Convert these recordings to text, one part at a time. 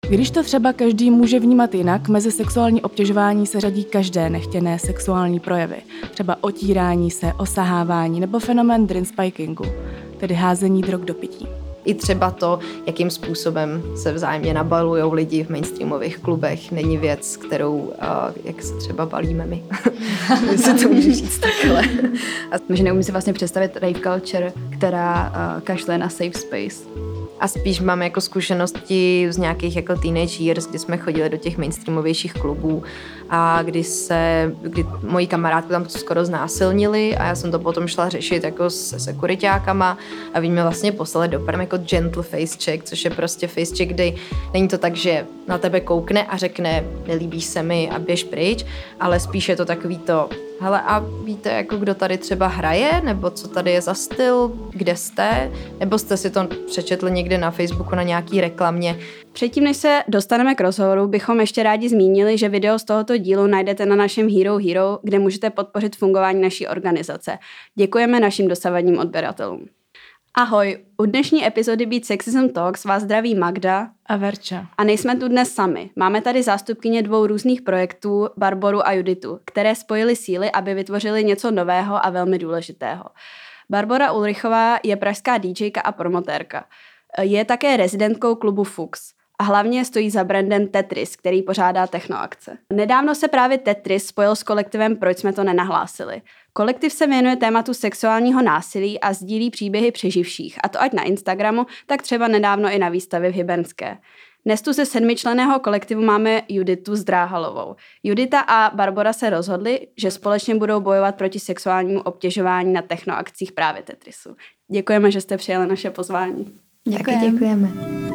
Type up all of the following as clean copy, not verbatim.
Když to třeba každý může vnímat jinak, mezi sexuální obtěžování se řadí každé nechtěné sexuální projevy, třeba otírání se, osahávání nebo fenomén drinspikingu, tedy házení drog do pití. I třeba to, jakým způsobem se vzájemně nabalujou lidi v mainstreamových klubech, není věc, kterou, jak se třeba balíme my. Jestli to můžu říct takhle. Takže neumím si vlastně představit rave culture, která kašle na safe space. A spíš mám jako zkušenosti z nějakých jako teenage years, kdy jsme chodili do těch mainstreamovějších klubů a kdy moji kamarádky tam skoro znásilnili a já jsem to potom šla řešit jako se sekuriťákama a oni mě vlastně poslali do perm jako gentle face check, což je prostě face check, kdy není to tak, že na tebe koukne a řekne nelíbíš se mi a běž pryč, ale spíš je to takový to hele, a víte, jako kdo tady třeba hraje, nebo co tady je za styl, kde jste, nebo jste si to přečetli někde na Facebooku na nějaký reklamě. Předtím, než se dostaneme k rozhovoru, bychom ještě rádi zmínili, že video z tohoto dílu najdete na našem Hero, kde můžete podpořit fungování naší organizace. Děkujeme našim dosavadním odběratelům. Ahoj, u dnešní epizody Beat Sexism Talks vás zdraví Magda a Verča. A nejsme tu dnes sami. Máme tady zástupkyně 2 různých projektů, Barboru a Juditu, které spojily síly, aby vytvořili něco nového a velmi důležitého. Barbora Ulrichová je pražská DJka a promotérka. Je také rezidentkou klubu Fuchs. A hlavně stojí za brandem Tetris, který pořádá technoakce. Nedávno se právě Tetris spojil s kolektivem Proč jsme to nenahlásili. Kolektiv se věnuje tématu sexuálního násilí a sdílí příběhy přeživších, a to ať na Instagramu, tak třeba nedávno i na výstavě v Hybernské. Dnes tu ze 7členného kolektivu máme Juditu Zdráhalovou. Judita a Barbora se rozhodli, že společně budou bojovat proti sexuálnímu obtěžování na technoakcích právě Tetrisu. Děkujeme, že jste přijali naše pozvání. Děkujeme.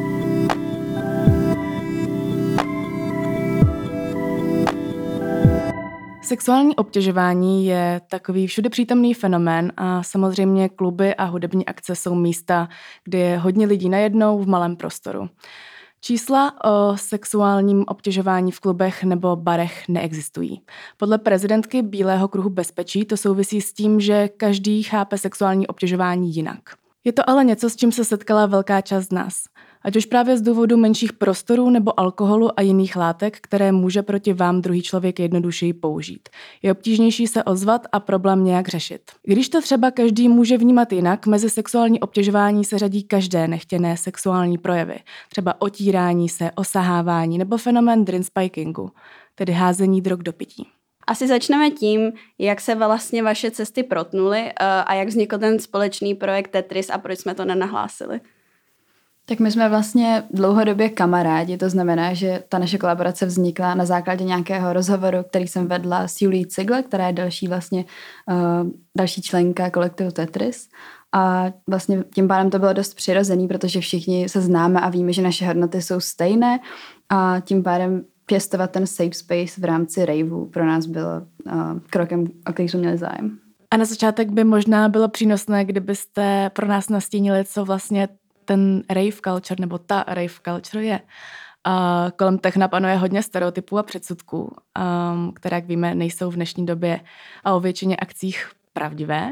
Sexuální obtěžování je takový všude přítomný fenomén a samozřejmě kluby a hudební akce jsou místa, kde je hodně lidí najednou v malém prostoru. Čísla o sexuálním obtěžování v klubech nebo barech neexistují. Podle prezidentky Bílého kruhu bezpečí to souvisí s tím, že každý chápe sexuální obtěžování jinak. Je to ale něco, s čím se setkala velká část z nás. Ať už právě z důvodu menších prostorů nebo alkoholu a jiných látek, které může proti vám druhý člověk jednodušeji použít. Je obtížnější se ozvat a problém nějak řešit. Když to třeba každý může vnímat jinak, mezi sexuální obtěžování se řadí každé nechtěné sexuální projevy. Třeba otírání se, osahávání nebo fenomén drinspikingu, tedy házení drog do pití. Asi začneme tím, jak se vlastně vaše cesty protnuly a jak vznikl ten společný projekt Tetris a proč jsme to nenahlásili. Tak my jsme vlastně dlouhodobě kamarádi, to znamená, že ta naše kolaborace vznikla na základě nějakého rozhovoru, který jsem vedla s Julí Cigle, která je další členka kolektivu Tetris. A vlastně tím pádem to bylo dost přirozený, protože všichni se známe a víme, že naše hodnoty jsou stejné a tím pádem pěstovat ten safe space v rámci raveu pro nás bylo krokem, o který jsme měli zájem. A na začátek by možná bylo přínosné, kdybyste pro nás nastínili, co vlastně ten rave culture nebo ta rave culture je. Kolem techna panuje hodně stereotypů a předsudků, které, jak víme, nejsou v dnešní době a o většině akcích pravdivé.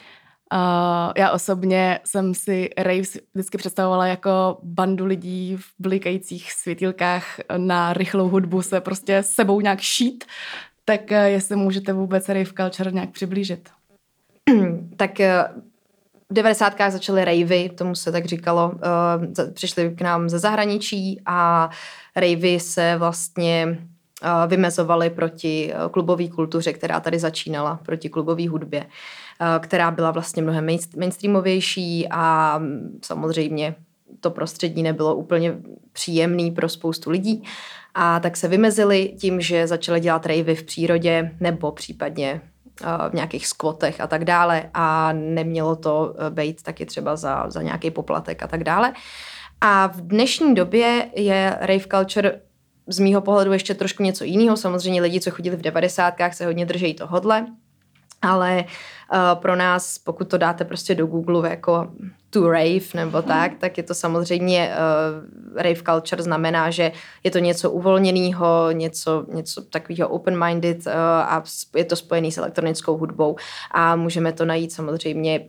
Já osobně jsem si rave vždycky představovala jako bandu lidí v blikajících světýlkách na rychlou hudbu se prostě s sebou nějak šít. Tak jestli můžete vůbec rave culture nějak přiblížit. Tak v 90. začaly ravey, tomu se tak říkalo, přišli k nám ze zahraničí a ravey se vlastně vymezovaly proti klubové kultuře, která tady začínala, proti klubové hudbě, která byla vlastně mnohem mainstreamovější a samozřejmě to prostředí nebylo úplně příjemný pro spoustu lidí. A tak se vymezili tím, že začali dělat ravey v přírodě nebo případně v nějakých skvotech a tak dále a nemělo to být taky třeba za nějaký poplatek a tak dále. A v dnešní době je rave culture z mýho pohledu ještě trošku něco jiného. Samozřejmě lidi, co chodili v 90. se hodně držejí tohodle, ale pro nás, pokud to dáte prostě do Google jako to rave nebo tak je to samozřejmě rave culture znamená, že je to něco uvolněného, něco takového open-minded a je to spojený s elektronickou hudbou a můžeme to najít samozřejmě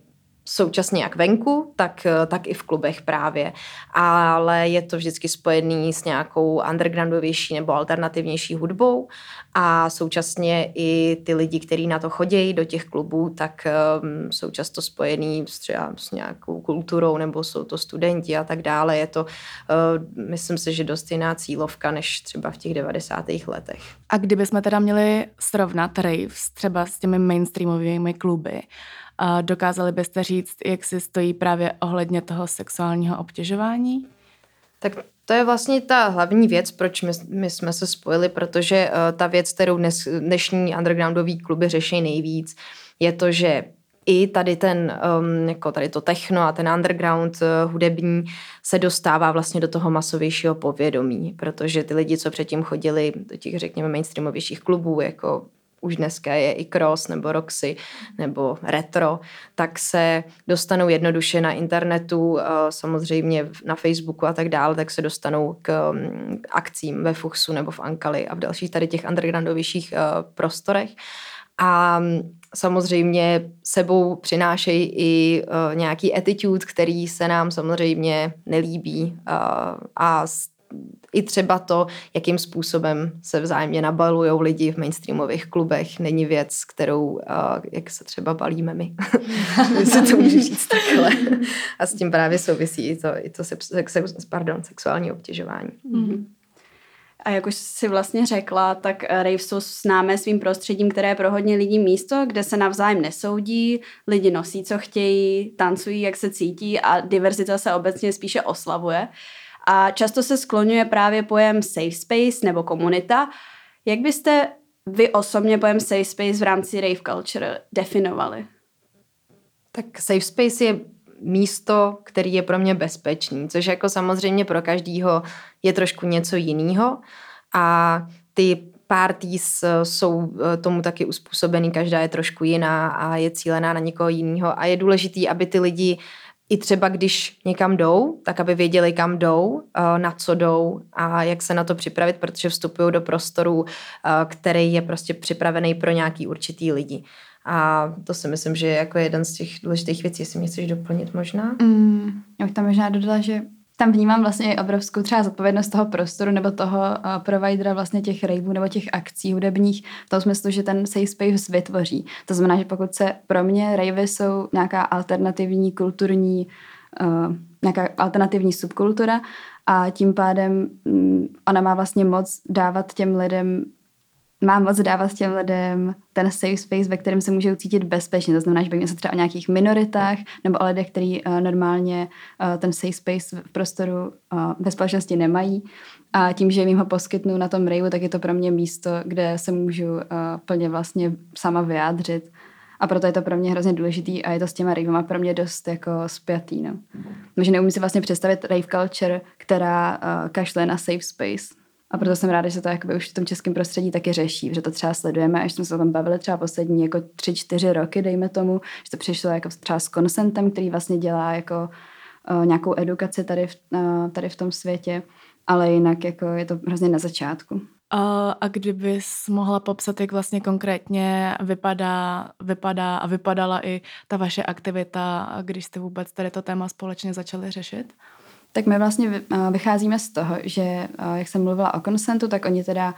současně jak venku, tak i v klubech právě. Ale je to vždycky spojený s nějakou undergroundovější nebo alternativnější hudbou a současně i ty lidi, kteří na to chodí do těch klubů, tak jsou často spojený třeba s nějakou kulturou nebo jsou to studenti a tak dále. Je to, myslím si, že dost jiná cílovka než třeba v těch 90. letech. A kdybychom teda měli srovnat raves třeba s těmi mainstreamovými kluby, dokázali byste říct, jak si stojí právě ohledně toho sexuálního obtěžování? Tak to je vlastně ta hlavní věc, proč my jsme se spojili, protože ta věc, kterou dnešní undergroundový kluby řeší nejvíc, je to, že i tady jako tady to techno a ten underground hudební se dostává vlastně do toho masovějšího povědomí, protože ty lidi, co předtím chodili do těch, řekněme, mainstreamovějších klubů, jako už dneska je i Cross nebo Roxy nebo Retro, tak se dostanou jednoduše na internetu, samozřejmě na Facebooku a tak dále, tak se dostanou k akcím ve Fuchsu nebo v Ankali a v dalších tady těch undergroundovějších prostorech. A samozřejmě sebou přinášejí i nějaký attitude, který se nám samozřejmě nelíbí a i třeba to, jakým způsobem se vzájemně nabalujou lidi v mainstreamových klubech, není věc, kterou, jak se třeba balíme my. Jestli to můžu říct takhle. A s tím právě souvisí i to sexuální obtěžování. Mm-hmm. A jak už si vlastně řekla, tak rave jsou známé svým prostředím, které je pro hodně lidí místo, kde se navzájem nesoudí, lidi nosí, co chtějí, tancují, jak se cítí a diverzita se obecně spíše oslavuje. A často se skloňuje právě pojem safe space nebo komunita. Jak byste vy osobně pojem safe space v rámci rave culture definovali? Tak safe space je místo, který je pro mě bezpečný, což jako samozřejmě pro každýho je trošku něco jiného a ty parties jsou tomu taky uspůsobený, každá je trošku jiná a je cílená na někoho jiného a je důležitý, aby ty lidi i třeba když někam jdou, tak aby věděli, kam jdou, na co jdou a jak se na to připravit, protože vstupují do prostoru, který je prostě připravený pro nějaký určitý lidi. A to si myslím, že je jako jeden z těch důležitých věcí, jestli mě chceš doplnit možná. Já bych tam možná dodala, že tam vnímám vlastně obrovskou třeba zodpovědnost toho prostoru nebo toho providera vlastně těch raveů nebo těch akcí hudebních v tom smyslu, že ten safe space vytvoří. To znamená, že pokud se pro mě ravey jsou nějaká alternativní kulturní, nějaká alternativní subkultura a tím pádem ona má vlastně moc dávat těm lidem ten safe space, ve kterém se můžou cítit bezpečně. To znamená, že bavíme se třeba o nějakých minoritách nebo o lidech, kteří normálně ten safe space v prostoru ve společnosti nemají. A tím, že jim ho poskytnu na tom raveu, tak je to pro mě místo, kde se můžu plně vlastně sama vyjádřit. A proto je to pro mě hrozně důležitý a je to s těma ravema pro mě dost jako spjatý. No. Takže neumím si vlastně představit rave culture, která kašle na safe space. A proto jsem ráda, že to jakoby už v tom českém prostředí taky řeší, že to třeba sledujeme, až jsme se o tom bavili třeba poslední jako 3-4 roky, dejme tomu, že to přišlo jako třeba s Consentem, který vlastně dělá jako nějakou edukaci tady v tom světě, ale jinak jako je to hrozně na začátku. A kdybys mohla popsat, jak vlastně konkrétně vypadala i ta vaše aktivita, když jste vůbec tady to téma společně začali řešit? Tak my vlastně vycházíme z toho, že jak jsem mluvila o Consentu, tak oni teda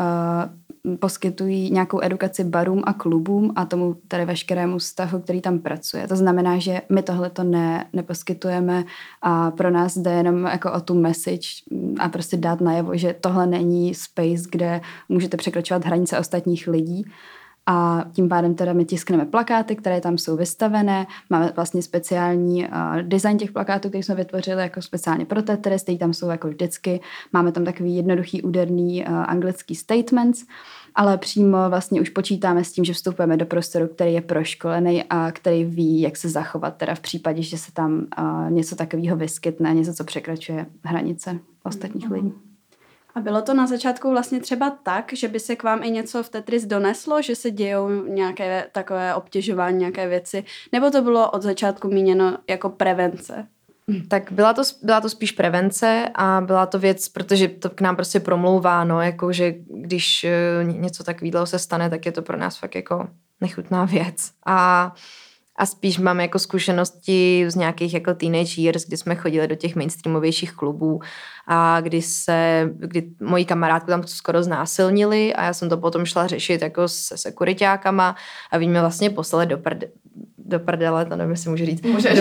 poskytují nějakou edukaci barům a klubům a tomu tady veškerému stavu, který tam pracuje. To znamená, že my tohleto neposkytujeme a pro nás jde jenom jako o tu message a prostě dát najevo, že tohle není space, kde můžete překračovat hranice ostatních lidí. A tím pádem teda my tiskneme plakáty, které tam jsou vystavené. Máme vlastně speciální design těch plakátů, který jsme vytvořili jako speciálně pro Tetris, který tam jsou jako vždycky. Máme tam takový jednoduchý úderný anglický statements, ale přímo vlastně už počítáme s tím, že vstupujeme do prostoru, který je proškolený a který ví, jak se zachovat teda v případě, že se tam něco takového vyskytne, něco, co překračuje hranice ostatních lidí. A bylo to na začátku vlastně třeba tak, že by se k vám i něco v Tetris doneslo, že se dějou nějaké takové obtěžování, nějaké věci, nebo to bylo od začátku míněno jako prevence? Tak byla to spíš prevence a byla to věc, protože to k nám prostě promlouvá, no, jako že když něco takového se stane, tak je to pro nás fakt jako nechutná věc. A A spíš mám jako zkušenosti z nějakých jako teenage years, kdy jsme chodili do těch mainstreamovějších klubů a kdy moji kamarádku tam skoro znásilnili a já jsem to potom šla řešit jako se sekuriťákama a oni mě vlastně poslali do prdele, to nevím, jestli můžu říct. Můžeš.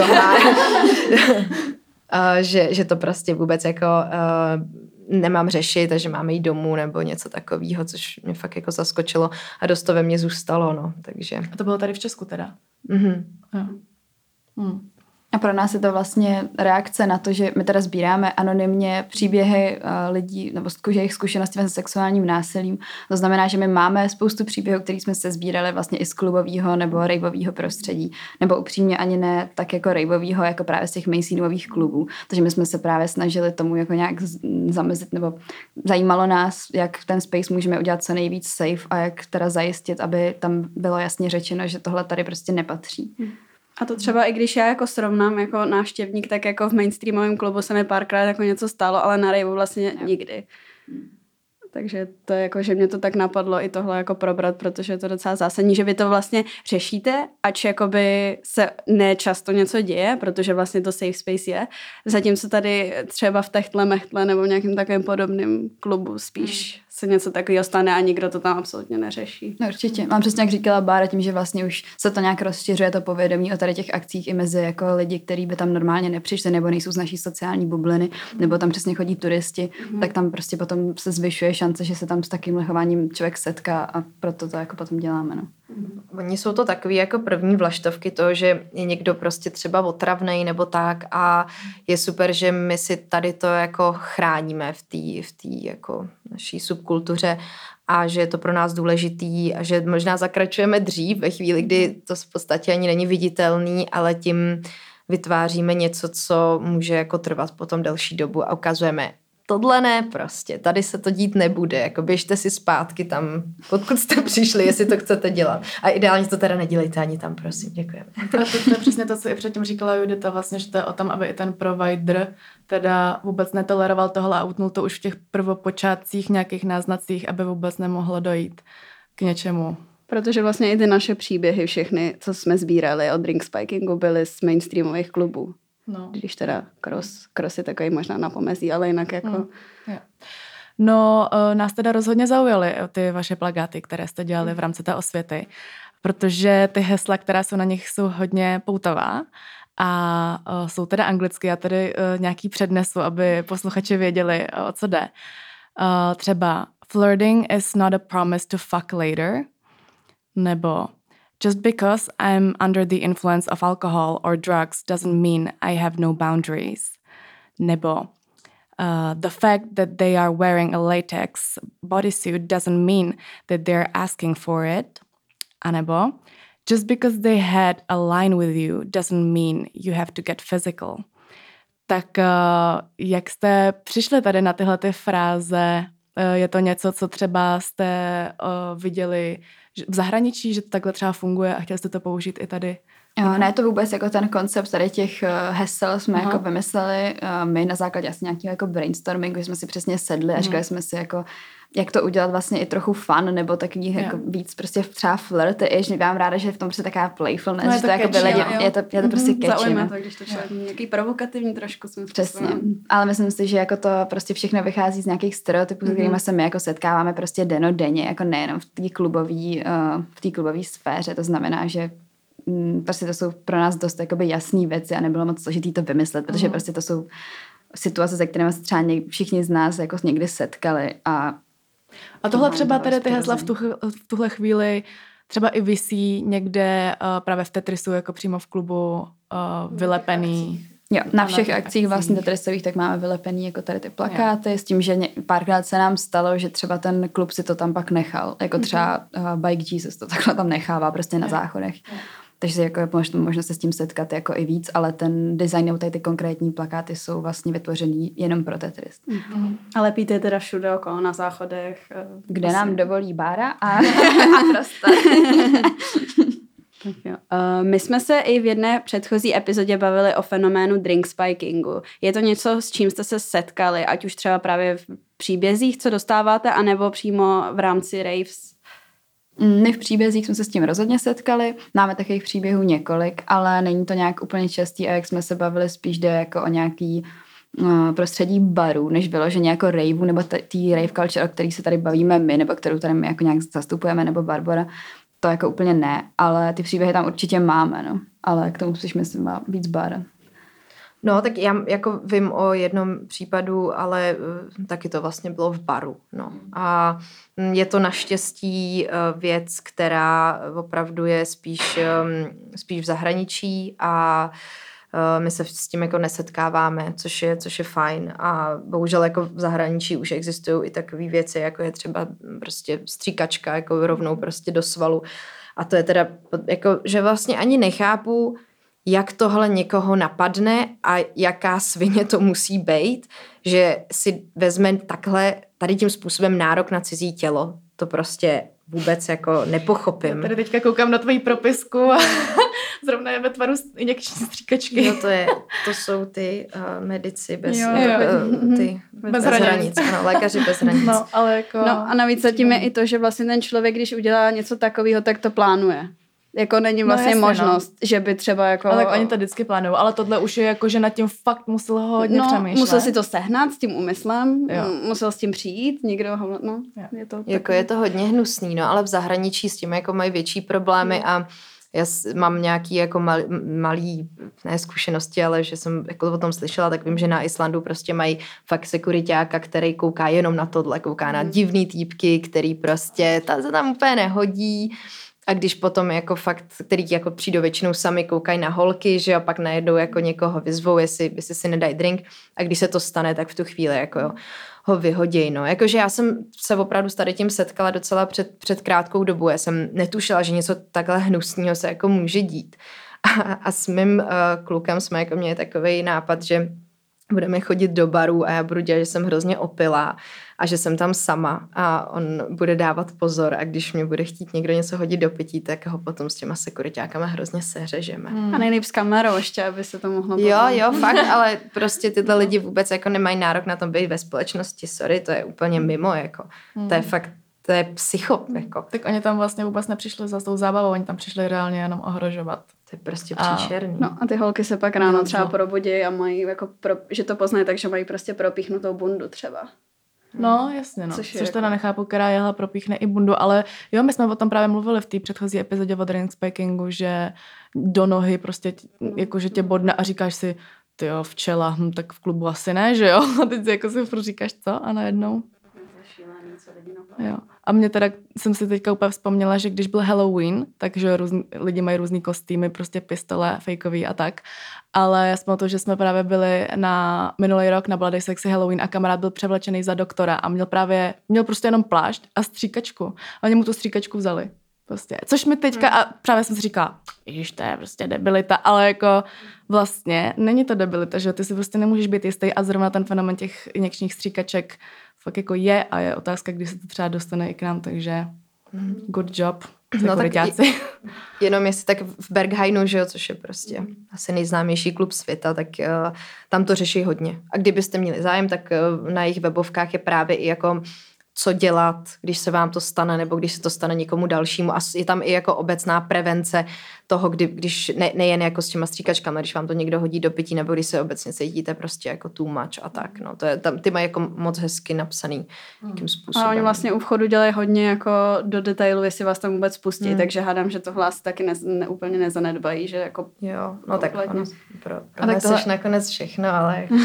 Že to prostě vůbec jako nemám řešit a že máme jít domů nebo něco takového, což mě fakt jako zaskočilo a dost to ve mně zůstalo, no, takže. A to bylo tady v Česku teda? Mhm. A pro nás je to vlastně reakce na to, že my teda sbíráme anonymně příběhy lidí nebo jejich zkušenosti se sexuálním násilím. To znamená, že my máme spoustu příběhů, který jsme se sbírali vlastně i z klubového nebo raveového prostředí. Nebo upřímně ani ne tak jako raveového, jako právě z těch mainstreamových klubů. Takže my jsme se právě snažili tomu jako nějak zamezit, nebo zajímalo nás, jak ten space můžeme udělat co nejvíc safe a jak teda zajistit, aby tam bylo jasně řečeno, že tohle tady prostě nepatří. A to třeba i když já jako srovnám jako návštěvník, tak jako v mainstreamovém klubu se mi párkrát jako něco stalo, ale na raveu vlastně nikdy. Takže to je jako, že mě to tak napadlo i tohle jako probrat, protože je to docela zásadní, že vy to vlastně řešíte, ač jakoby se nečasto něco děje, protože vlastně to safe space je. Zatímco tady třeba v Techtle, Mechtle nebo v nějakém takovém podobném klubu spíš se něco takového stane a nikdo to tam absolutně neřeší. No, určitě. Mám přesně jak říkala Bára, tím, že vlastně už se to nějak rozšiřuje to povědomí o tady těch akcích i mezi jako lidi, kteří by tam normálně nepřišli nebo nejsou z naší sociální bubliny, nebo tam přesně chodí turisti, tak tam prostě potom se zvyšuje šance, že se tam s takovým chováním člověk setká a proto to jako potom děláme. No. Oni jsou to takový jako první vlaštovky toho, že je někdo prostě třeba otravnej nebo tak a je super, že my si tady to jako chráníme v té jako naší subkultuře a že je to pro nás důležitý a že možná zakračujeme dřív ve chvíli, kdy to v podstatě ani není viditelný, ale tím vytváříme něco, co může jako trvat potom delší dobu a ukazujeme, tohle ne prostě, tady se to dít nebude, jako běžte si zpátky tam, odkud jste přišli, jestli to chcete dělat. A ideálně to teda nedělejte ani tam, prosím, děkujeme. A to je přesně to, co i předtím říkala Judita, vlastně, že to je o tom, aby i ten provider teda vůbec netoleroval tohle a utnul to už v těch prvopočátcích nějakých náznacích, aby vůbec nemohlo dojít k něčemu. Protože vlastně i ty naše příběhy všechny, co jsme sbírali od drink spikingu, byly z mainstreamových klubů. No. Když teda cross je takový možná na pomezí, ale jinak jako... No, nás teda rozhodně zaujaly ty vaše plakáty, které jste dělali v rámci té osvěty, protože ty hesla, která jsou na nich, jsou hodně poutavá a jsou teda anglicky. Já tady nějaký přednesu, aby posluchači věděli, o co jde. Třeba flirting is not a promise to fuck later, nebo just because I'm under the influence of alcohol or drugs doesn't mean I have no boundaries. Nebo the fact that they are wearing a latex bodysuit doesn't mean that they're asking for it. A nebo just because they had a line with you doesn't mean you have to get physical. Tak jak jste přišli tady na tyhle ty fráze? Je to něco, co třeba jste viděli v zahraničí, že to takhle třeba funguje a chtěli jste to použít i tady? Ne, to vůbec jako ten koncept tady těch hesel jsme jako vymysleli my na základě asi nějakého jako brainstormingu, že jsme si přesně sedli a říkali jsme si jako, jak to udělat vlastně i trochu fun, nebo takový jako víc prostě třeba flirt, že mám ráda, že je v tom prostě taková playfulness, že to jako je to prostě catchy. Zaujíme to, když to člověk nějaký provokativní trošku. Přesně, ale myslím si, že jako to prostě všechno vychází z nějakých stereotypů, s kterými se my jako setkáváme prostě dennodenně, jako nejenom v té klubové sféře, to znamená, že prostě to jsou pro nás dost jakoby jasný věci a nebylo moc složitý to vymyslet, protože prostě to jsou situace, se kterými se třeba všichni z nás jako někdy setkali. A tohle třeba tady ty hesla v tuhle chvíli třeba i visí někde právě v Tetrisu, jako přímo v klubu vylepený. Jo, na všech akcích vlastně Tetrisových tak máme vylepený jako tady ty plakáty, s tím, že párkrát se nám stalo, že třeba ten klub si to tam pak nechal, jako třeba Bike Jesus to takhle tam nechává prostě na záchodech. Takže jako je možno se s tím setkat jako i víc, ale ten design nebo tady ty konkrétní plakáty jsou vlastně vytvořený jenom pro Tetris. A lepíte teda všude okolo na záchodech. Kde nám dovolí Bára a prostor. My jsme se i v jedné předchozí epizodě bavili o fenoménu drink spikingu. Je to něco, s čím jste se setkali, ať už třeba právě v příbězích, co dostáváte, anebo přímo v rámci raves? My v příbězích jsme se s tím rozhodně setkali, máme takových příběhů několik, ale není to nějak úplně častý a jak jsme se bavili, spíš jde jako o nějaký prostředí barů, než vyloženě jako raveu nebo tý rave culture, o který se tady bavíme my, nebo kterou tady my jako nějak zastupujeme, nebo Barbora, to jako úplně ne, ale ty příběhy tam určitě máme, no. Ale k tomu spíš myslím má víc bar. No, tak já jako vím o jednom případu, ale taky to vlastně bylo v baru, no. A je to naštěstí věc, která opravdu je spíš v zahraničí a my se s tím jako nesetkáváme, což je fajn a bohužel jako v zahraničí už existují i takové věci, jako je třeba prostě stříkačka, jako rovnou prostě do svalu a to je teda jako, že vlastně ani nechápu, jak tohle někoho napadne a jaká svině to musí být, že si vezme takhle tady tím způsobem nárok na cizí tělo. To prostě vůbec jako nepochopím. Já tady teďka koukám na tvoji propisku a zrovna je ve tvaru injekční stříkačky. No to jsou ty medici bez hranic. Ano, lékaři bez hranic. No, ale jako... No a navíc zatím je i to, že vlastně ten člověk, když udělá něco takového, tak to plánuje. Jako není vlastně jasně, možnost, že by třeba jako... Ale tak oni to vždycky plánují, ale tohle už je jako, že nad tím fakt musel hodně přemýšlet. Musel si to sehnat s tím úmyslem, musel s tím přijít, někdo ho... No, je to jako je to hodně hnusný, no, ale v zahraničí s tím jako mají větší problémy a já mám nějaký jako malý, ne zkušenosti, ale že jsem jako o tom slyšela, tak vím, že na Islandu prostě mají fakt sekuriťáka, který kouká jenom na tohle, kouká na divný týpky, který prostě se tam úplně nehodí. A když potom jako fakt, který jako přijdou většinou sami, koukají na holky, že a pak najednou jako někoho vyzvou, jestli si nedají drink a když se to stane, tak v tu chvíli jako jo, ho vyhoděj, no. Jakože já jsem se opravdu s tady tím setkala docela před krátkou dobu. Já jsem netušila, že něco takhle hnusného se jako může dít. A s mým klukem jsme jako měli takovej nápad, že budeme chodit do barů a já budu dělat, že jsem hrozně opilá a že jsem tam sama a on bude dávat pozor a když mě bude chtít někdo něco hodit do pití, tak ho potom s těma sekuriťákama hrozně seřežeme. A nejlíp s kamerou ještě, aby se to mohlo... Jo, fakt, ale prostě tyhle lidi vůbec jako nemají nárok na tom být ve společnosti, sorry, to je úplně mimo, jako. To je fakt, to je psycho, jako. Tak oni tam vlastně vůbec nepřišli za tou zábavou, oni tam přišli reálně jenom ohrožovat. To je prostě příšerný. No a ty holky se pak ráno třeba probudí a mají jako, že to poznají, takže mají prostě propíchnutou bundu třeba. No, jasně, no. Což teda nechápu, která jehla propíchne i bundu, ale jo, my jsme o tom právě mluvili v té předchozí epizodě o Drinkspackingu, že do nohy prostě, jakože tě bodne a říkáš si, tyjo, včela, tak v klubu asi ne, že jo? A teď jako si furt říkáš co a najednou. Jo. A mě teda, jsem si teďka úplně vzpomněla, že když byl Halloween, takže lidi mají různý kostýmy, prostě pistole, fejkový a tak. Ale já jsem to, že jsme právě byli na minulý rok na Bloody Sexy Halloween a kamarád byl převlečený za doktora a měl prostě jenom plášť a stříkačku. A oni mu tu stříkačku vzali. Prostě. Což mi teďka, a právě jsem si říkala, ježiš, to je prostě debilita, ale jako vlastně není to debilita, že ty si prostě nemůžeš být jistý a zrovna ten fenomén těch injekčních stříkaček fakt jako je a je otázka, kdy se to třeba dostane i k nám, takže good job. No tak jenom jestli tak v Berghainu, že jo, což je prostě asi nejznámější klub světa, tak tam to řeší hodně. A kdybyste měli zájem, tak na jejich webovkách je právě i jako co dělat, když se vám to stane, nebo když se to stane někomu dalšímu. A je tam i jako obecná prevence toho, když nejen jako s těma stříkačkami, když vám to někdo hodí do pití, nebo když se obecně cítíte prostě jako too much a tak. No, to je, tam, ty mají jako moc hezky napsaný jakým způsobem. A oni vlastně u vchodu dělají hodně jako do detailu, jestli vás tam vůbec pustí, takže hádám, že tohle asi taky úplně nezanedbají, že jako... Jo, no tak ono proneseš nakonec všechno, ale... Jako...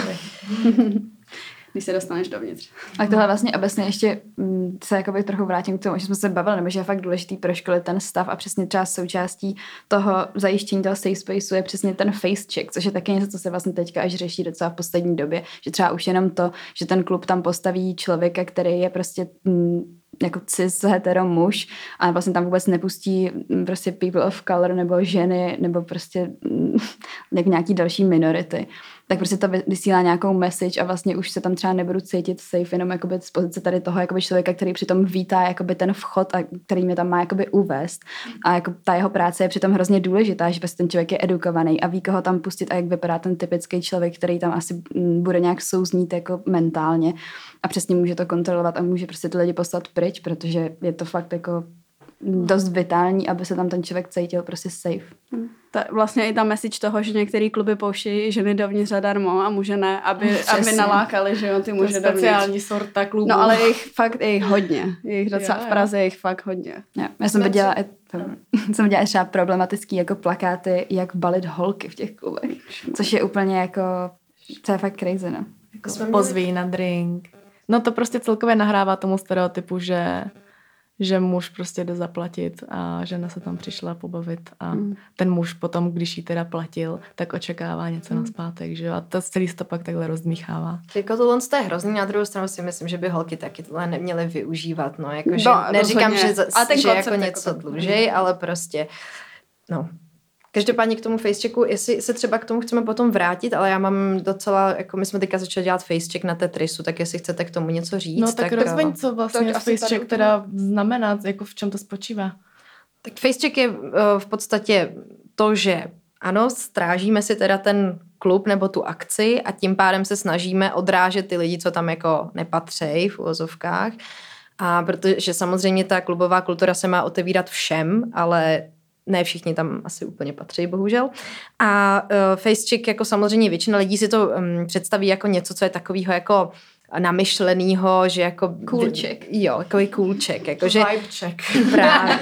když se dostaneš dovnitř. A tohle vlastně obecně ještě se jakoby trochu vrátím k tomu, že jsme se bavili, nebo že je fakt důležitý pro školy ten stav a přesně třeba součástí toho zajištění toho safe spaceu je přesně ten face check, což je taky něco, co se vlastně teďka až řeší docela v poslední době, že třeba už jenom to, že ten klub tam postaví člověka, který je prostě jako cis hetero muž a vlastně tam vůbec nepustí prostě people of color nebo ženy nebo prostě nějaký další minority, tak prostě to vysílá nějakou message a vlastně už se tam třeba nebudu cítit safe jenom jakoby z pozice tady toho jakoby člověka, který přitom vítá jakoby ten vchod a který mě tam má jakoby uvést a jako ta jeho práce je přitom hrozně důležitá, že prostě ten člověk je edukovaný a ví, koho tam pustit a jak vypadá ten typický člověk, který tam asi bude nějak souznít jako mentálně a přesně může to kontrolovat a může prostě ty lidi poslat pryč, protože je to fakt jako dost vitální, aby se tam ten člověk cítil prostě safe. Vlastně i ta message toho, že některé kluby pouštějí ženy dovnitř zadarmo a muže ne, aby nalákali, že jo, ty muže dovnitř. Speciální sorta klubů. No ale je jich hodně. Je jich docela v Praze, je jich fakt hodně. Jo. Já jsem viděla třeba problematický jako plakáty, jak balit holky v těch klubech. Což je úplně jako, to je fakt crazy, no. Pozví na drink. No to prostě celkově nahrává tomu stereotypu, že muž prostě jde zaplatit a žena se tam přišla pobavit a ten muž potom, když jí teda platil, tak očekává něco nazpátek, že jo? A to celý se to pak takhle rozdmíchává. Jako tohle je hrozný, na druhou stranu si myslím, že by holky taky tohle neměly využívat, no, jakože neříkám, že jako něco dlužej, ale prostě, no. Každopádně k tomu facechecku, jestli se třeba k tomu chceme potom vrátit, ale já mám docela, jako my jsme teďka začali dělat facecheck na Tetrisu, tak jestli chcete k tomu něco říct. No tak rozveň, co vlastně facecheck teda znamená, jako v čem to spočívá. Tak facecheck je v podstatě to, že ano, strážíme si teda ten klub nebo tu akci a tím pádem se snažíme odrážet ty lidi, co tam jako nepatří v uvozovkách. A protože samozřejmě ta klubová kultura se má otevírat všem, ale ne všichni tam asi úplně patří, bohužel. A facecheck, jako samozřejmě většina lidí si to představí jako něco, co je takového jako namyšlenýho, že jako... Coolček. Jo, takový coolček. Jakože, vibe check. Právě.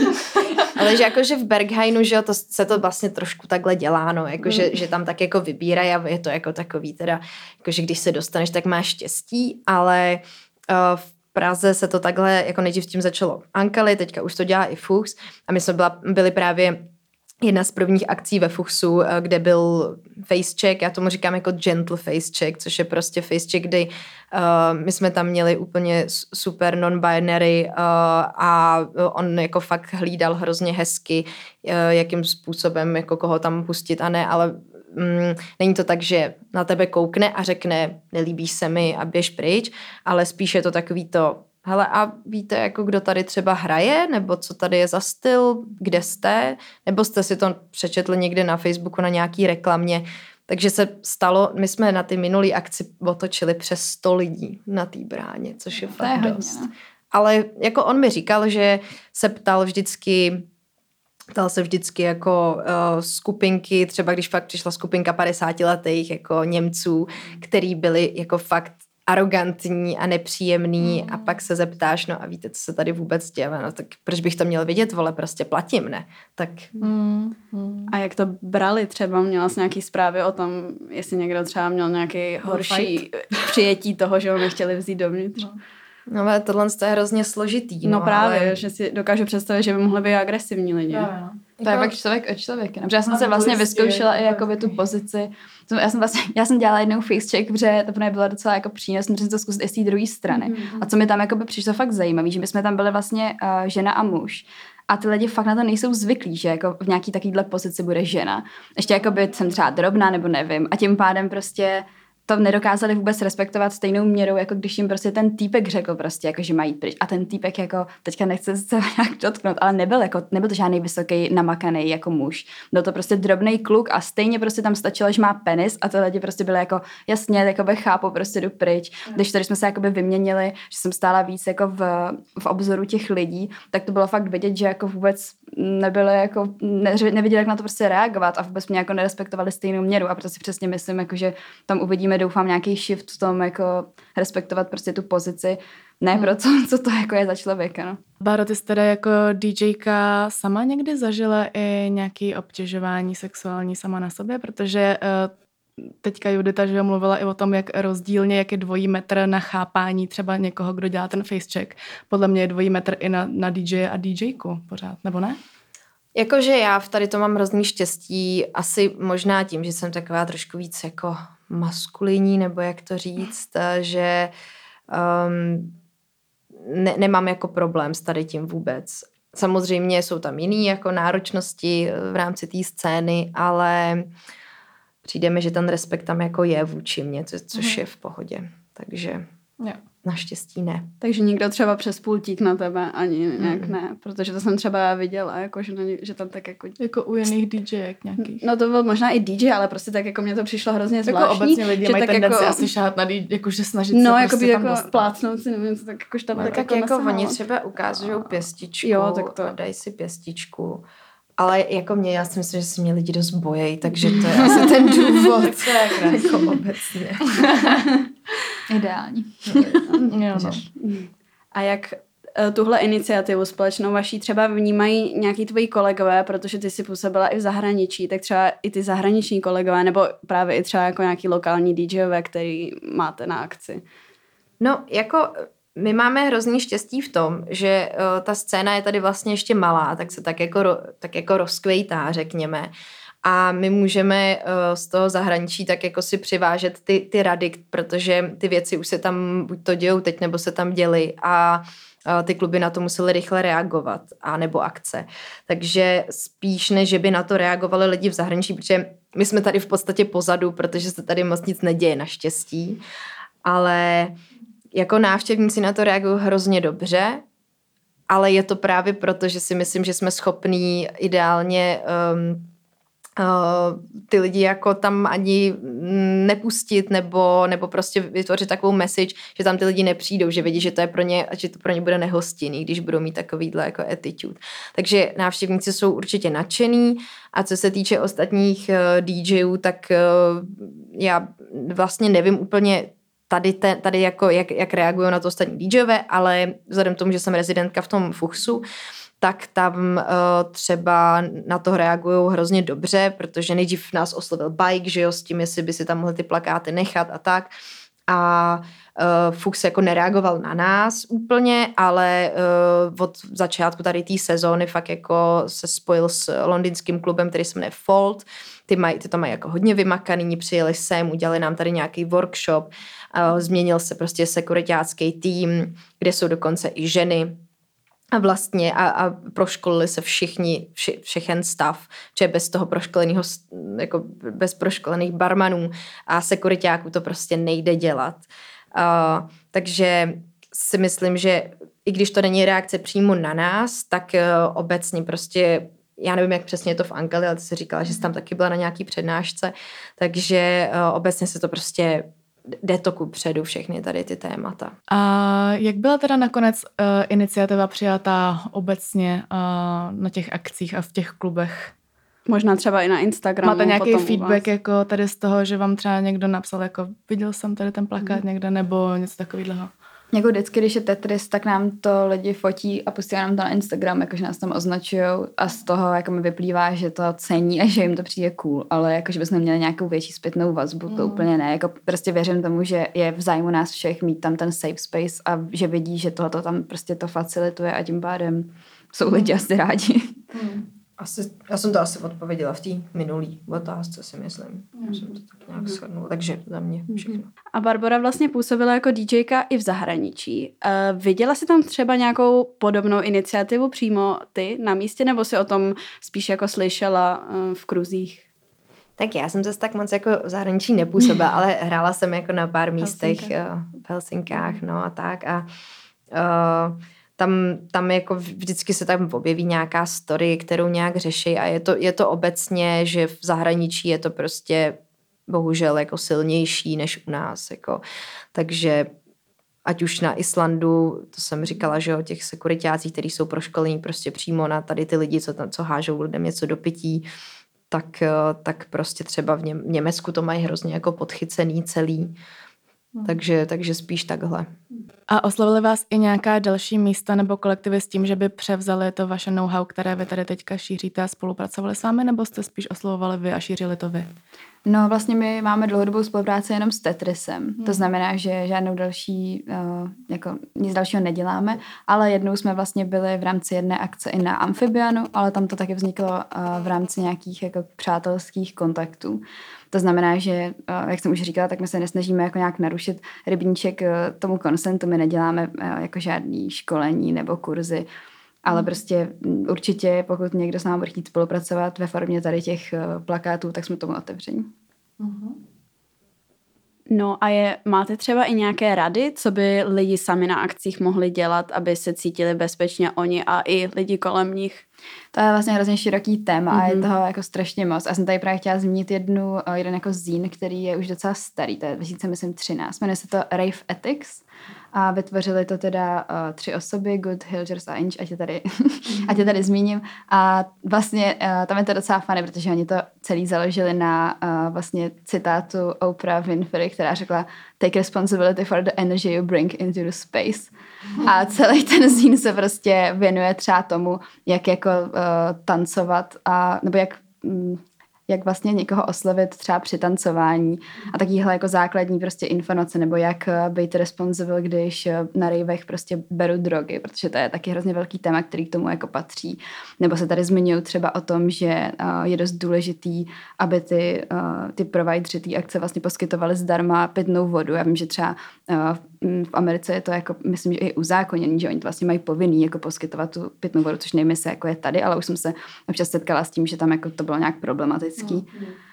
Ale že jakože v Berghainu, že to se to vlastně trošku takhle dělá, no, jakože, že tam tak jako vybírají a je to jako takový teda, jakože když se dostaneš, tak máš štěstí, ale v Praze se to takhle, jako nejdřív s tím začalo Ankali, teďka už to dělá i Fuchs a my jsme byli právě jedna z prvních akcí ve Fuchsu, kde byl facecheck, já tomu říkám jako gentle facecheck, což je prostě facecheck, kdy my jsme tam měli úplně super non-binary a on jako fakt hlídal hrozně hezky, jakým způsobem, jako koho tam pustit a ne, ale není to tak, že na tebe koukne a řekne, nelíbíš se mi a běž pryč, ale spíš je to takový to, hele, a víte, jako kdo tady třeba hraje, nebo co tady je za styl, kde jste, nebo jste si to přečetli někde na Facebooku na nějaký reklamě. Takže se stalo, my jsme na ty minulý akci otočili přes 100 lidí na té bráně, což je fakt dost. Hodně, no. Ale jako on mi říkal, že se ptal se vždycky jako skupinky, třeba když fakt přišla skupinka 50letých jako Němců, který byli jako fakt arrogantní a nepříjemný a pak se zeptáš, no a víte, co se tady vůbec děje, no tak proč bych to měl vědět, vole, prostě platím, ne? Tak. A jak to brali třeba, měla jsi nějaký zprávy o tom, jestli někdo třeba měl nějaký horší přijetí toho, že ho nechtěli vzít dovnitř? No ale tohle je hrozně složitý. No právě, ale... že si dokážu představit, že by mohli být agresivní lidi. To je fakt člověk od člověka. Protože já jsem se vlastně vyzkoušela i jakoby tu pozici. Já jsem dělala jednou facecheck, protože to bylo docela jako přínosné, protože jsem to zkusit i z té druhé strany. A co mi tam jakoby přišlo fakt zajímavé, že my jsme tam byli vlastně žena a muž. A ty lidi fakt na to nejsou zvyklí, že jako v nějaký takovýhle pozici bude žena. Ještě jakoby jsem třeba drobná nebo nevím. A tím pádem prostě to nedokázali vůbec respektovat stejnou měrou, jako když jim prostě ten týpek řekl prostě, jako, že mají pryč. A ten týpek jako, teďka nechce se nějak dotknout, ale nebyl to žádný vysoký namakaný jako muž. Byl to prostě drobný kluk a stejně prostě tam stačilo, že má penis a ty lidi prostě byly jako, jasně, jakoby chápu, prostě jdu pryč. Když tady jsme se jakoby vyměnili, že jsem stála víc jako v obzoru těch lidí, tak to bylo fakt vidět, že jako vůbec nebyli jako, nevěděli, jak na to prostě reagovat a vůbec mě jako nerespektovali stejnou měru a proto si přesně myslím, jako, že tam uvidíme, doufám, nějaký shift v tom, jako respektovat prostě tu pozici, ne pro to, co to jako je za člověka, no. Báro, ty jsi teda jako DJka sama někdy zažila i nějaké obtěžování sexuální sama na sobě, protože teďka Judita, že mluvila i o tom, jak rozdílně, jak je dvojí metr na chápání třeba někoho, kdo dělá ten facecheck. Podle mě je dvojí metr i na DJ a DJku pořád, nebo ne? Jakože já v tady to mám hrozný štěstí, asi možná tím, že jsem taková trošku víc jako maskulinní, nebo jak to říct, že nemám jako problém s tady tím vůbec. Samozřejmě jsou tam jiný jako náročnosti v rámci té scény, ale přijde mi, že ten respekt tam jako je vůči mně, což je v pohodě. Takže... Jo. naštěstí ne. Takže nikdo třeba přes pultík na tebe ani nějak ne, protože to jsem třeba viděla, jako, že tam tak jako u jiných DJek nějakých. No to byl možná i DJ, ale prostě tak jako mně to přišlo hrozně zvláštní. Jako obecně lidi mají tendenci jako, asi šát na DJ, jakože snažit no, se jako prostě jako tam plácnout si, nevím, co tak jakož tam tak jako oni třeba ukážou pěstičku a dají si pěstičku. Ale jako já si myslím, že si mě lidi dost bojejí, takže to je asi ten důvod. To je krásný. Jako obecně. Ideální. Jo, no. A jak tuhle iniciativu společnou vaší třeba vnímají nějaký tvoji kolegové, protože ty si působila i v zahraničí, tak třeba i ty zahraniční kolegové, nebo právě i třeba jako nějaký lokální DJové, který máte na akci? No, jako my máme hrozný štěstí v tom, že ta scéna je tady vlastně ještě malá, tak se tak jako rozkvejtá, řekněme. A my můžeme z toho zahraničí tak jako si přivážet ty rady, protože ty věci už se tam buď to dějou teď, nebo se tam děly a ty kluby na to musely rychle reagovat, a nebo akce. Takže spíš, než že by na to reagovali lidi v zahraničí, protože my jsme tady v podstatě pozadu, protože se tady moc nic neděje naštěstí, ale jako návštěvníci na to reagují hrozně dobře, ale je to právě proto, že si myslím, že jsme schopní ideálně ty lidi jako tam ani nepustit nebo prostě vytvořit takovou message, že tam ty lidi nepřijdou, že vědí, že to pro ně bude nehostinný, když budou mít takovýhle jako attitude. Takže návštěvníci jsou určitě nadšený a co se týče ostatních DJů, tak já vlastně nevím úplně tady jako jak reagují na to ostatní DJové, ale vzhledem k tomu, že jsem rezidentka v tom Fuchsu, tak tam třeba na to reagují hrozně dobře, protože nejdřív nás oslovil Bike, že jo, s tím, jestli by si tam mohli ty plakáty nechat a tak. A Fuchs jako nereagoval na nás úplně, ale od začátku tady té sezóny fakt jako se spojil s londýnským klubem, který se jmenuje Fold. Ty to mají jako hodně vymakaný, přijeli sem, udělali nám tady nějaký workshop, změnil se prostě sekuritácký tým, kde jsou dokonce i ženy. A vlastně a proškolili se všechen stav, že bez toho proškoleného, jako bez proškolených barmanů a sekuritáků to prostě nejde dělat. Takže si myslím, že i když to není reakce přímo na nás, tak obecně prostě, já nevím, jak přesně je to v Anglii, ale ty jsi říkala, že jsi tam taky byla na nějaký přednášce, takže obecně se to prostě jde to kupředu všechny tady ty témata. A jak byla teda nakonec iniciativa přijatá obecně na těch akcích a v těch klubech? Možná třeba i na Instagramu. Máte nějaký feedback jako tady z toho, že vám třeba někdo napsal, jako viděl jsem tady ten plakát někde, nebo něco takového? Jako vždycky, když je Tetris, tak nám to lidi fotí a pustí nám to na Instagram, jakože nás tam označujou a z toho jako mi vyplývá, že to cení a že jim to přijde cool, ale jakože bychom měli nějakou větší zpětnou vazbu, to úplně ne. Jako prostě věřím tomu, že je v zájmu nás všech mít tam ten safe space a že vidí, že tohoto tam prostě to facilituje a tím pádem jsou lidi asi rádi. Já jsem to asi odpověděla v té minulý otázce, si myslím. Já jsem to tak nějak shodnula, takže za mě všechno. A Barbora vlastně působila jako DJka i v zahraničí. Viděla jsi tam třeba nějakou podobnou iniciativu přímo ty na místě, nebo si o tom spíš jako slyšela v kruzích? Tak já jsem zase tak moc jako v zahraničí nepůsobila, ale hrála jsem jako na pár místech v Helsinkách, no a tak a tam jako vždycky se tam objeví nějaká story, kterou nějak řeší a je to obecně, že v zahraničí je to prostě bohužel jako silnější než u nás. Jako. Takže ať už na Islandu, to jsem říkala, že o těch sekuritácích, kteří jsou proškolení prostě přímo na tady ty lidi, co hážou lidem něco do pití, tak prostě třeba v Německu to mají hrozně jako podchycený celý. Takže spíš takhle. A oslovili vás i nějaká další místa nebo kolektivy s tím, že by převzali to vaše know-how, které vy tady teďka šíříte a spolupracovali s vámi, nebo jste spíš oslovovali vy a šířili to vy? No vlastně my máme dlouhodobou spolupráci jenom s Tetrisem. To znamená, že žádnou další, jako nic dalšího neděláme, ale jednou jsme vlastně byli v rámci jedné akce i na Amphibianu, ale tam to taky vzniklo v rámci nějakých jako přátelských kontaktů. To znamená, že, jak jsem už říkala, tak my se nesnažíme jako nějak narušit rybníček tomu konsentu, my neděláme jako žádný školení nebo kurzy, ale prostě určitě, pokud někdo s námi bude chtít spolupracovat ve formě tady těch plakátů, tak jsme tomu otevření. No a máte třeba i nějaké rady, co by lidi sami na akcích mohli dělat, aby se cítili bezpečně oni a i lidi kolem nich? To je vlastně hrozně široký téma a je toho jako strašně moc. Já jsem tady právě chtěla zmínit jeden jako zín, který je už docela starý, to je 2013, jmenuje se to Rave Ethics a vytvořili to teda 3 osoby, Good, Hilgers a Inch, ať je tady zmíním. A vlastně tam je to docela funny, protože oni to celý založili na vlastně citátu Oprah Winfrey, která řekla take responsibility for the energy you bring into the space. A celý ten zín se prostě věnuje třeba tomu, jak jako tancovat nebo jak vlastně někoho oslovit třeba při tancování a takovýhle jako základní prostě informace, nebo jak být responsible, když na ravech prostě beru drogy, protože to je taky hrozně velký téma, který k tomu jako patří. Nebo se tady zmiňují třeba o tom, že je dost důležitý, aby ty provideři té akce vlastně poskytovali zdarma pitnou vodu. Já vím, že třeba v Americe je to jako, myslím, že i uzákoněný, že oni to vlastně mají povinný jako poskytovat tu pitnou vodu, což nevím, jestli jako je tady, ale už jsem se občas setkala s tím, že tam jako to bylo nějak problematický.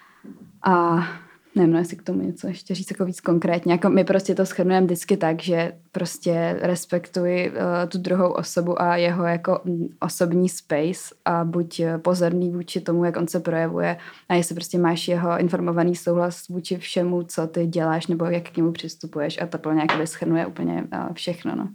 A nevím, jestli k tomu něco ještě říct jako víc konkrétně. Jako my prostě to shrnujeme vždycky tak, že prostě respektuji tu druhou osobu a jeho jako osobní space a buď pozorný vůči tomu, jak on se projevuje a jestli prostě máš jeho informovaný souhlas vůči všemu, co ty děláš nebo jak k němu přistupuješ a to plně jako shrnuje úplně všechno. No.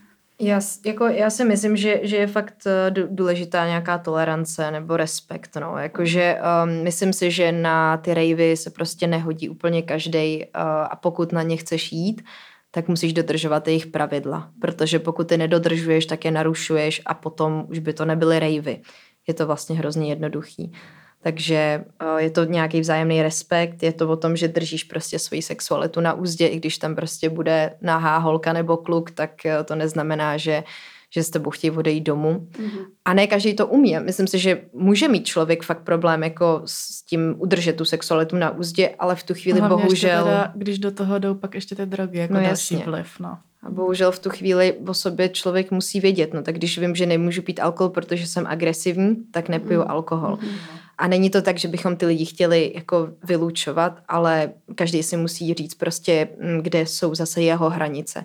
Já si myslím, že je fakt důležitá nějaká tolerance nebo respekt. No. Jakože, myslím si, že na ty ravey se prostě nehodí úplně každej a pokud na ně chceš jít, tak musíš dodržovat jejich pravidla. Protože pokud ty nedodržuješ, tak je narušuješ a potom už by to nebyly ravey. Je to vlastně hrozně jednoduchý. Takže je to nějaký vzájemný respekt, je to o tom, že držíš prostě svoji sexualitu na úzdě, i když tam prostě bude nahá holka nebo kluk, tak to neznamená, že s tebou chtějí odejít domů. Mm-hmm. A ne každý to umí. Myslím si, že může mít člověk fakt problém jako s tím udržet tu sexualitu na úzdě, ale v tu chvíli bohužel... Teda, když do toho jdou pak ještě ty drogy, jako další vliv. No. A bohužel v tu chvíli o sobě člověk musí vědět. No tak když vím, že nemůžu pít alkohol, protože jsem agresivní, tak nepiju alkohol. A není to tak, že bychom ty lidi chtěli jako vylučovat, ale každý si musí říct prostě, kde jsou zase jeho hranice.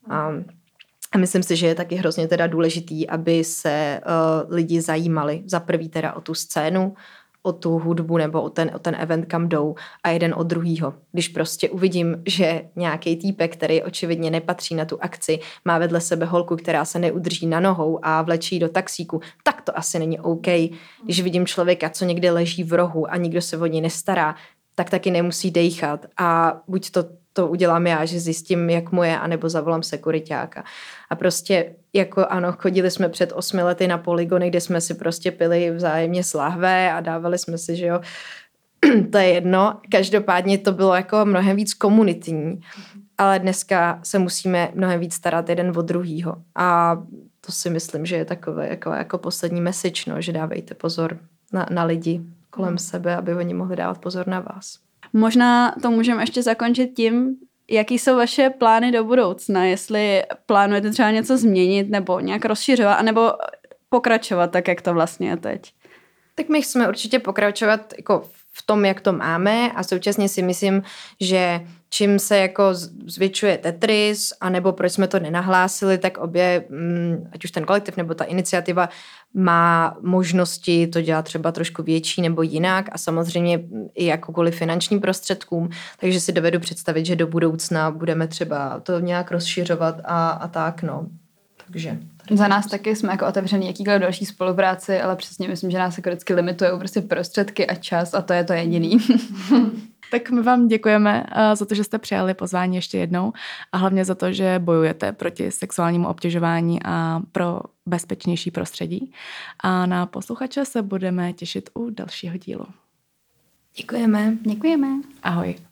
A myslím si, že je taky hrozně teda důležitý, aby se lidi zajímali za prvý teda o tu scénu, o tu hudbu nebo o ten event, kam jdou a jeden od druhýho. Když prostě uvidím, že nějaký týpek, který očividně nepatří na tu akci, má vedle sebe holku, která se neudrží na nohou a vlečí do taxíku, tak to asi není OK. Když vidím člověka, co někde leží v rohu a nikdo se o ní nestará, tak taky nemusí dejchat a buď to udělám já, že zjistím, jak mu je, anebo zavolám sekuriťáka. A prostě jako ano, chodili jsme před 8 lety na poligony, kde jsme si prostě pili vzájemně z lahve a dávali jsme si, že jo, to je jedno. Každopádně to bylo jako mnohem víc komunitní, ale dneska se musíme mnohem víc starat jeden od druhýho. A to si myslím, že je takové jako poslední message, no, že dávejte pozor na lidi kolem sebe, aby oni mohli dávat pozor na vás. Možná to můžeme ještě zakončit tím, jaký jsou vaše plány do budoucna, jestli plánujete třeba něco změnit nebo nějak rozšiřovat, anebo pokračovat tak, jak to vlastně je teď. Tak my chceme určitě pokračovat jako v tom, jak to máme a současně si myslím, že čím se jako zvětšuje Tetris, anebo proč jsme to nenahlásili, tak obě, ať už ten kolektiv nebo ta iniciativa má možnosti to dělat třeba trošku větší nebo jinak a samozřejmě i jakoukoliv finančním prostředkům, takže si dovedu představit, že do budoucna budeme třeba to nějak rozšiřovat a tak, no. Takže za nás taky jsme jako otevřený jakýkoliv další spolupráci, ale přesně myslím, že nás jako vždycky limitují prostě prostředky a čas a to je to jediný. Tak my vám děkujeme za to, že jste přijali pozvání ještě jednou a hlavně za to, že bojujete proti sexuálnímu obtěžování a pro bezpečnější prostředí. A na posluchače se budeme těšit u dalšího dílu. Děkujeme. Děkujeme. Ahoj.